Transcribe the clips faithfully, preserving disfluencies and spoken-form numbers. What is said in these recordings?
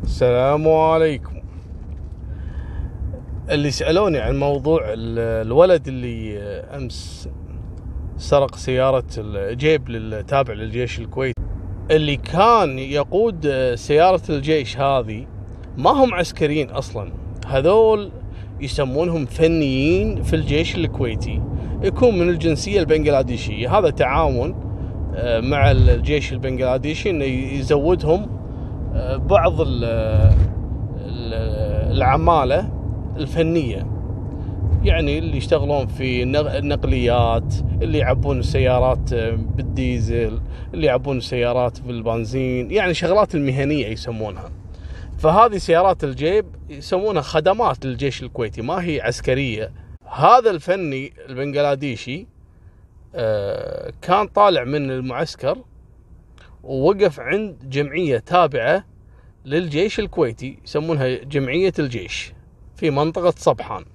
السلام عليكم. اللي سألوني عن موضوع الولد اللي أمس سرق سيارة الجيب للتابع للجيش الكويتي، اللي كان يقود سيارة الجيش هذه ما هم عسكريين أصلا، هذول يسمونهم فنيين في الجيش الكويتي، يكون من الجنسية البنغلاديشية. هذا تعاون مع الجيش البنغلاديشي إنه يزودهم بعض العمالة الفنية، يعني اللي يشتغلون في النقليات، اللي يعبون السيارات بالديزل، اللي يعبون السيارات بالبنزين، يعني شغلات المهنية يسمونها. فهذه سيارات الجيب يسمونها خدمات للجيش الكويتي، ما هي عسكرية. هذا الفني البنغلاديشي كان طالع من المعسكر ووقف عند جمعية تابعة للجيش الكويتي يسمونها جمعية الجيش في منطقة صبحان.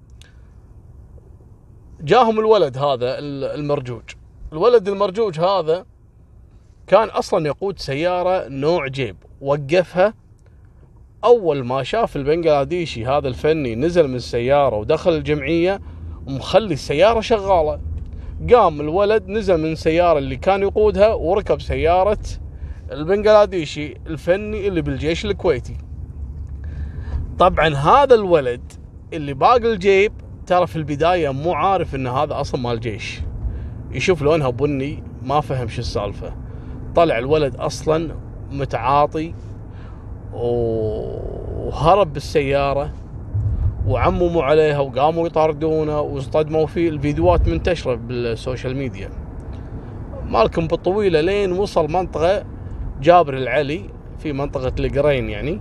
جاهم الولد هذا المرجوج. الولد المرجوج هذا كان أصلا يقود سيارة نوع جيب، وقفها. أول ما شاف البنغلاديشي هذا الفني نزل من السيارة ودخل الجمعية ومخلي السيارة شغالة، قام الولد نزل من السيارة اللي كان يقودها وركب سيارة البنغلاديشي الفني اللي بالجيش الكويتي. طبعا هذا الولد اللي باقي الجيب ترى في البداية مو عارف ان هذا اصلا مال الجيش، يشوف لونها بني ما فهم شو السالفة. طلع الولد اصلا متعاطي وهرب بالسيارة وعمموا عليها وقاموا يطاردونه واصطدموا فيه. الفيديوهات منتشرة بالسوشيال ميديا. مالكم بالطويلة لين وصل منطقة جابر العلي في منطقة القرين يعني.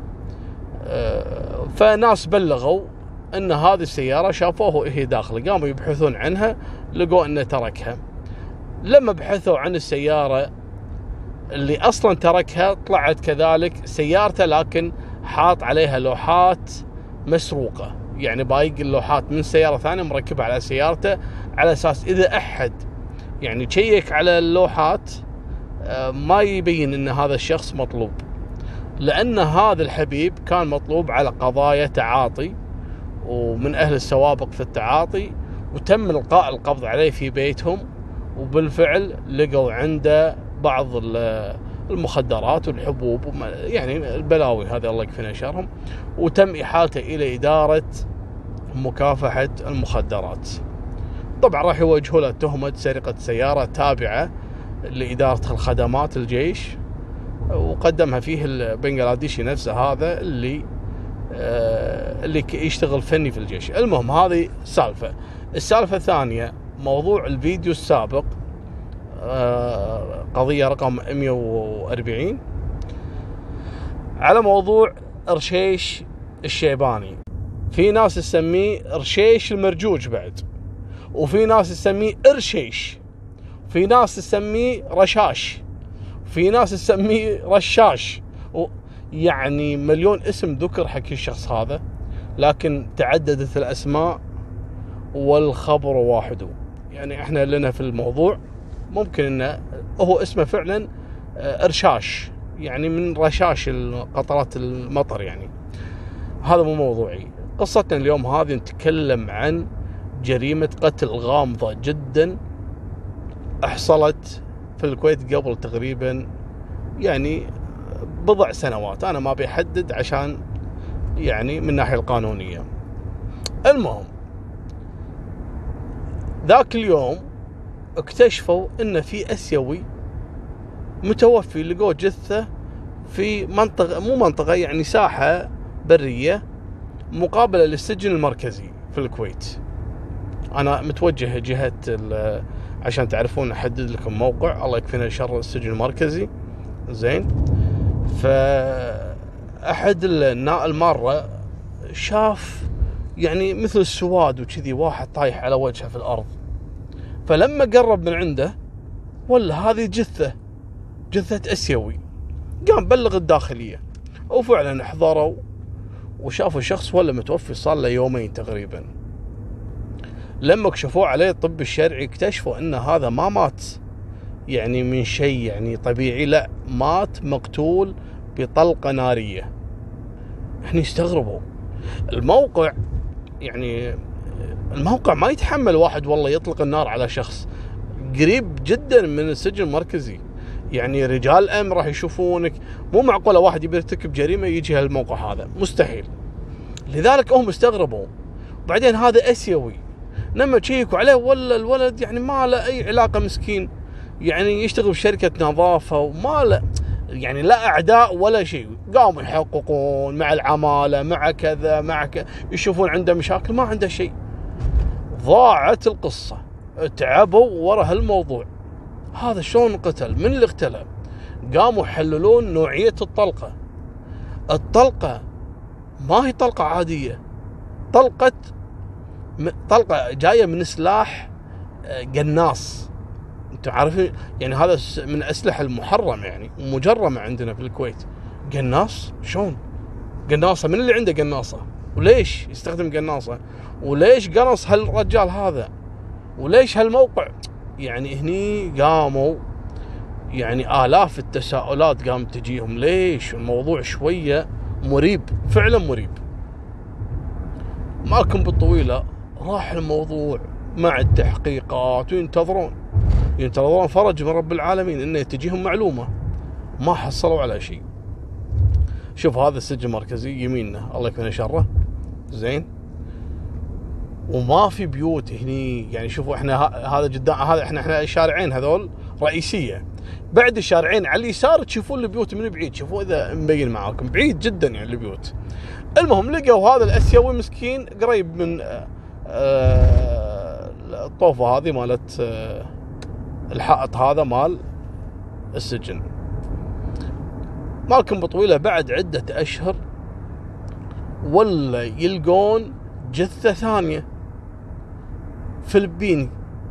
فناس بلغوا ان هذه السيارة شافوه وهي داخله، قاموا يبحثون عنها لقوا انه تركها. لما بحثوا عن السيارة اللي اصلا تركها طلعت كذلك سيارته، لكن حاط عليها لوحات مسروقة، يعني بايق اللوحات من سيارة ثانية مركبها على سيارته، على اساس اذا احد يعني تشيك على اللوحات ما يبين ان هذا الشخص مطلوب، لان هذا الحبيب كان مطلوب على قضايا تعاطي ومن اهل السوابق في التعاطي، وتم القاء القبض عليه في بيتهم، وبالفعل لقوا عنده بعض المخدرات والحبوب يعني البلاوي هذه الله يكفينا شرهم، وتم احالته الى ادارة مكافحة المخدرات. طبعا راح يواجهوا له تهمة سرقة سيارة تابعة لإدارة الخدمات الجيش، وقدمها فيه البنغلاديشي نفسه هذا اللي آه اللي يشتغل فني في الجيش. المهم هذه سالفة. السالفة الثانية موضوع الفيديو السابق، آه قضية رقم مئة وأربعين على موضوع رشيش الشيباني. في ناس تسميه رشيش المرجوج بعد، وفي ناس تسميه ارشيش، في ناس تسميه رشاش، في ناس تسميه رشاش، يعني مليون اسم ذكر حق الشخص هذا، لكن تعددت الأسماء والخبر واحد. يعني احنا لنا في الموضوع ممكن انه هو اسمه فعلا ارشاش، يعني من رشاش قطرات المطر. يعني هذا مو موضوعي. قصتنا اليوم هذه نتكلم عن جريمة قتل غامضة جدا حصلت في الكويت قبل تقريبا يعني بضع سنوات. أنا ما بيحدد عشان يعني من الناحية القانونية. المهم ذاك اليوم اكتشفوا إن في أسيوي متوفي، لقوا جثة في منطقة مو منطقة يعني ساحة برية مقابلة للسجن المركزي في الكويت. أنا متوجه جهة عشان تعرفون أحدد لكم موقع، الله يكفينا شر السجن المركزي. زين، فأحد المارة شاف يعني مثل السواد وكذي، واحد طايح على وجهه في الأرض. فلما قرب من عنده ولا هذه جثة جثة أسيوي، قام بلغ الداخلية، وفعلا حضروا وشافوا شخص ولا متوفي صار له يومين تقريبا. لما كشفوا عليه الطب الشرعي اكتشفوا ان هذا ما مات يعني من شيء يعني طبيعي، لا، مات مقتول بطلقة نارية. هني استغربوا. الموقع يعني الموقع ما يتحمل واحد والله يطلق النار على شخص، قريب جدا من السجن المركزي، يعني رجال امن راح يشوفونك، مو معقوله واحد يبي يرتكب جريمه يجي هالموقع هذا، مستحيل. لذلك هم استغربوا. وبعدين هذا اسيوي، لما تشيكوا عليه ولا الولد يعني ما له اي علاقه، مسكين يعني يشتغل بشركه نظافه وما له يعني لا اعداء ولا شيء، قاموا يحققون مع العماله مع كذا مع كذا، يشوفون عنده مشاكل، ما عنده شيء. ضاعت القصه، تعبوا ورا هالموضوع. هذا شلون قتل؟ من اللي اقتله؟ قاموا يحللون نوعيه الطلقه. الطلقه ما هي طلقه عاديه، طلقه طلقه جايه من سلاح قناص. انتم عارفين يعني هذا من الاسلحه المحرمه يعني مجرمه عندنا في الكويت. قناص؟ شلون قناصه؟ من اللي عنده قناصه؟ وليش يستخدم قناصه؟ وليش قنص هالرجال هذا؟ وليش هالموقع؟ يعني هني قاموا يعني آلاف التساؤلات قامت تجيهم. ليش؟ الموضوع شويه مريب، فعلا مريب. مالكم بالطويله راح الموضوع مع التحقيقات وينتظرون ينتظرون فرج من رب العالمين انه تجيهم معلومه. ما حصلوا على شيء. شوف هذا السجن المركزي يميننا الله يكفينا شره، زين، وما في بيوت هني. يعني شوفوا احنا هذا قدام، هذا احنا احنا شارعين هذول رئيسيه، بعد الشارعين على اليسار تشوفون البيوت من بعيد. شوفوا اذا مبين معاكم، بعيد جدا يعني البيوت. المهم لقوا هذا الاسيوي مسكين قريب من الطوفه هذه مالت الحائط هذا مال السجن. مالكم بطويله بعد عده اشهر ولا يلقون جثه ثانيه فلبيني،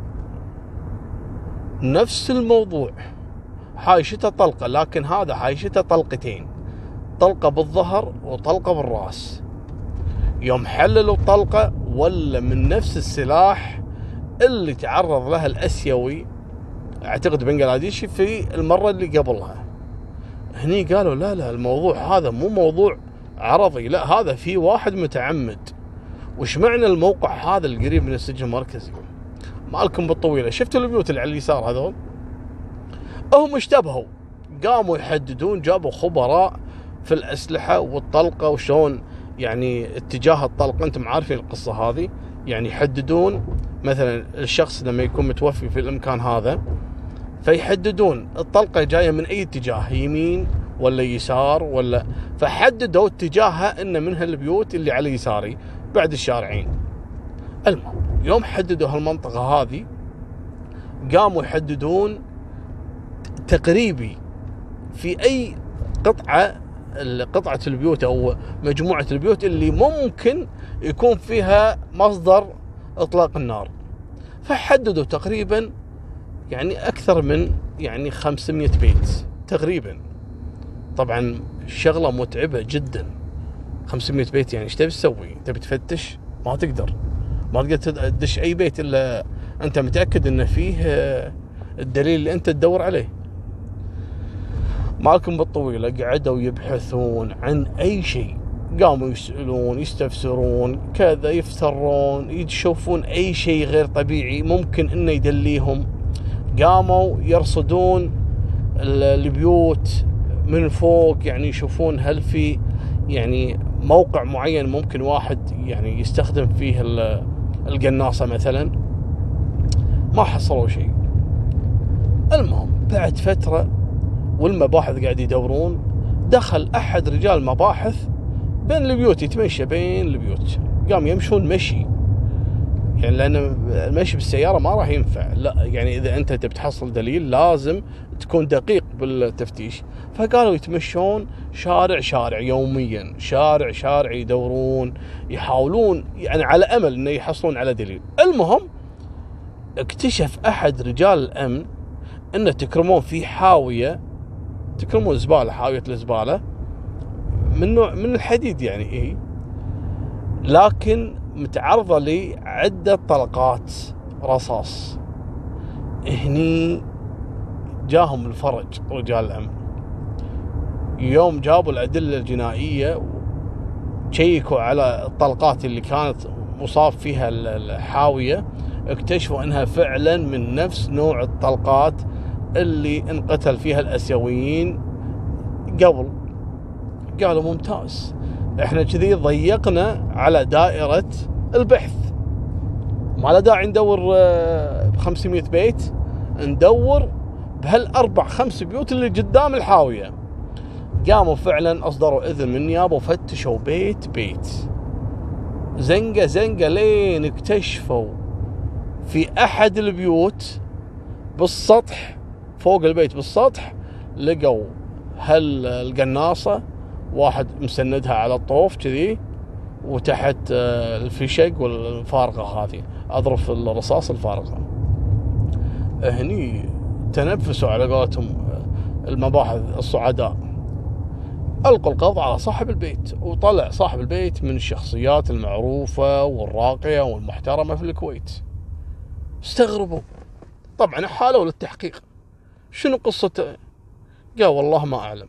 نفس الموضوع، حايشته طلقه، لكن هذا حايشته طلقتين، طلقه بالظهر وطلقه بالراس. يوم حللوا الطلقه ولا من نفس السلاح اللي تعرض لها الاسيوي اعتقد بنغلاديشي في المره اللي قبلها. هني قالوا لا لا الموضوع هذا مو موضوع عرضي، لا هذا في واحد متعمد. وش معنى الموقع هذا القريب من السجن المركزي؟ مالكم بالطويله شفتوا البيوت اللي على اليسار هذول؟ هم اشتبهوا، قاموا يحددون، جابوا خبراء في الاسلحه والطلقه وشون يعني اتجاه الطلقه. انتم عارفين القصه هذه، يعني يحددون مثلا الشخص لما يكون متوفي في المكان هذا فيحددون الطلقه جايه من اي اتجاه، يمين ولا يسار ولا، فحددوا اتجاهها ان منها البيوت اللي على يساري بعد الشارعين. المهم يوم حددوا هالمنطقه هذه قاموا يحددون تقريبي في اي قطعه قطعه البيوت او مجموعه البيوت اللي ممكن يكون فيها مصدر اطلاق النار. فحددوا تقريبا يعني اكثر من يعني خمسمية بيت تقريبا. طبعا شغله متعبه جدا، خمسمية بيت يعني ايش تبي تسوي؟ تبي تفتش؟ ما تقدر، ما تقدر تدش اي بيت الا انت متاكد انه فيه الدليل اللي انت تدور عليه. مالكم بالطويله قعدوا يبحثون عن اي شيء، قاموا يسالون يستفسرون كذا، يفترون، يشوفون اي شيء غير طبيعي ممكن انه يدليهم. قاموا يرصدون البيوت من فوق، يعني يشوفون هل في يعني موقع معين ممكن واحد يعني يستخدم فيه القناصة مثلا. ما حصلوا شيء. المهم بعد فترة والمباحث قاعد يدورون، دخل أحد رجال مباحث بين البيوت، يتمشى بين البيوت، قام يمشون مشي، يعني لأن المشي بالسيارة ما راح ينفع، لا يعني إذا أنت تبي تحصل دليل لازم تكون دقيق بالتفتيش. فقالوا يتمشون شارع شارع يوميا، شارع شارع يدورون، يحاولون يعني على أمل أنه يحصلون على دليل. المهم اكتشف أحد رجال الأمن أنه تكرمون في حاوية، تكرمون زبالة، حاوية الزبالة من نوع من الحديد يعني إيه، لكن متعرضة لعدة طلقات رصاص. هني جاهم الفرج رجال الأمن، يوم جابوا الأدلة الجنائية شيكوا على الطلقات اللي كانت مصاب فيها الحاوية، اكتشفوا انها فعلا من نفس نوع الطلقات اللي انقتل فيها الاسيويين قبل. قالوا ممتاز، احنا كذي ضيقنا على دائرة البحث، ما له داعي ندور ب خمسمية بيت، ندور بهالاربع خمس بيوت اللي قدام الحاوية. قاموا فعلا اصدروا اذن من النيابة وفتشوا بيت بيت، زنقة زنقة، لين اكتشفوا في احد البيوت بالسطح، فوق البيت بالسطح، لقوا هالقناصة، واحد مسندها على الطوف كذي، وتحت الفشق والفارغة هذه، أظرف الرصاص الفارغة. هني تنفسوا على قولتهم المباحث الصعداء، ألقوا القبض على صاحب البيت، وطلع صاحب البيت من الشخصيات المعروفة والراقية والمحترمة في الكويت. استغربوا طبعا، حالوا للتحقيق، شنو قصته؟ قال والله ما أعلم،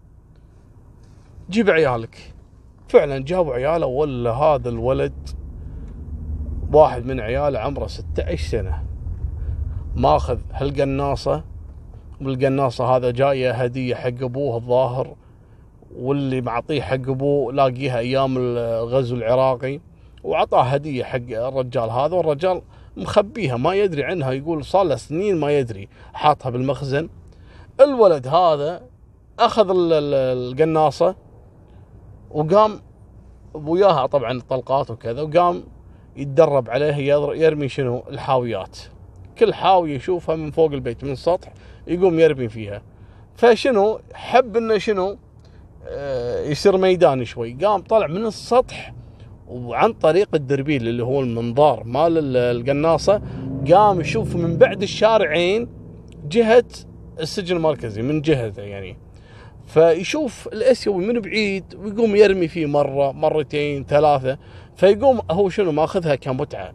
جيب عيالك. فعلا جابوا عياله، ولا هذا الولد واحد من عياله عمره ستة عشر سنة، ماخذ هالقناصة، والقناصة هذا جاية هدية حق أبوه الظاهر، واللي معطيه حق أبوه لاقيها أيام الغزو العراقي، وعطاه هدية حق الرجال هذا، والرجال مخبيها ما يدري عنها، يقول صار له سنين ما يدري، حاطها بالمخزن. الولد هذا أخذ القناصة وقام وياها طبعا الطلقات وكذا، وقام يتدرب عليها، يرمي شنو الحاويات، كل حاوية يشوفها من فوق البيت من السطح يقوم يرمي فيها. فشنو حب انه شنو آه يصير ميدان شوي، قام طلع من السطح، وعن طريق الدربيل اللي هو المنظار مال القناصة، قام يشوف من بعد الشارعين جهة السجن المركزي، من جهته يعني، فيشوف الاسيوي من بعيد ويقوم يرمي فيه مرة مرتين ثلاثة، فيقوم هو شنو ماخذها كمتعة،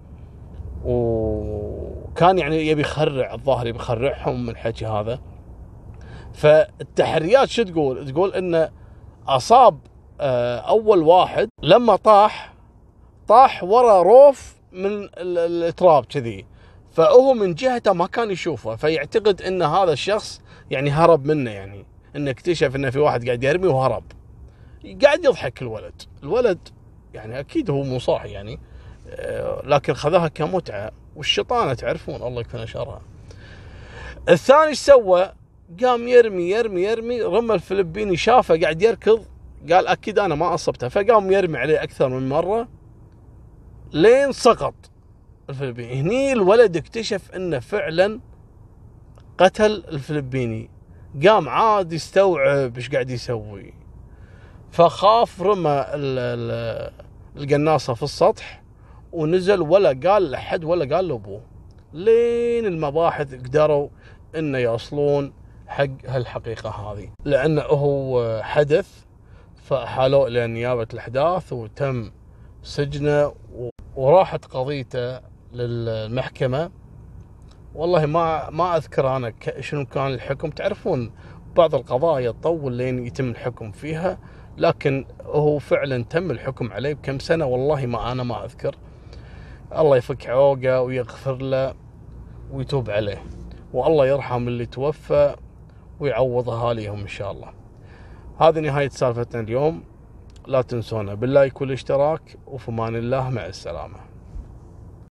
وكان يعني يبي يخرع الظاهر، يبي يخرعهم من الحكي هذا. فالتحريات شو تقول؟ تقول انه اصاب اول واحد لما طاح طاح ورا روف من التراب كذي، فهو من جهته ما كان يشوفه، فيعتقد ان هذا الشخص يعني هرب منه، يعني انه اكتشف انه في واحد قاعد يرمي وهرب. قاعد يضحك الولد الولد يعني اكيد هو مو صاحي يعني، لكن خذاها كمتعة، والشيطانة تعرفون الله يكفينا شرها. الثاني ايش سوى؟ قام يرمي يرمي يرمي، رمى الفلبيني، شافه قاعد يركض، قال اكيد انا ما اصبته، فقام يرمي عليه اكثر من مرة لين سقط الفلبيني. هني الولد اكتشف انه فعلا قتل الفلبيني، قام عاد يستوعب ايش قاعد يسوي، فخاف، رمى القناصة في السطح ونزل، ولا قال لحد ولا قال لأبوه، لين المباحث قدروا انه يوصلون حق هالحقيقة هذه، لانه هو حدث، فحالوه الى نيابة الاحداث وتم سجنه، وراحت قضيته للمحكمة. والله ما ما اذكر انا شنو كان الحكم، تعرفون بعض القضايا تطول لين يتم الحكم فيها، لكن هو فعلا تم الحكم عليه بكم سنة، والله ما انا ما اذكر. الله يفك عوقه ويغفر له ويتوب عليه، والله يرحم اللي توفى ويعوض اهاليهم ان شاء الله. هذه نهاية سالفتنا اليوم، لا تنسونا باللايك والاشتراك، وفي امان الله، مع السلامة.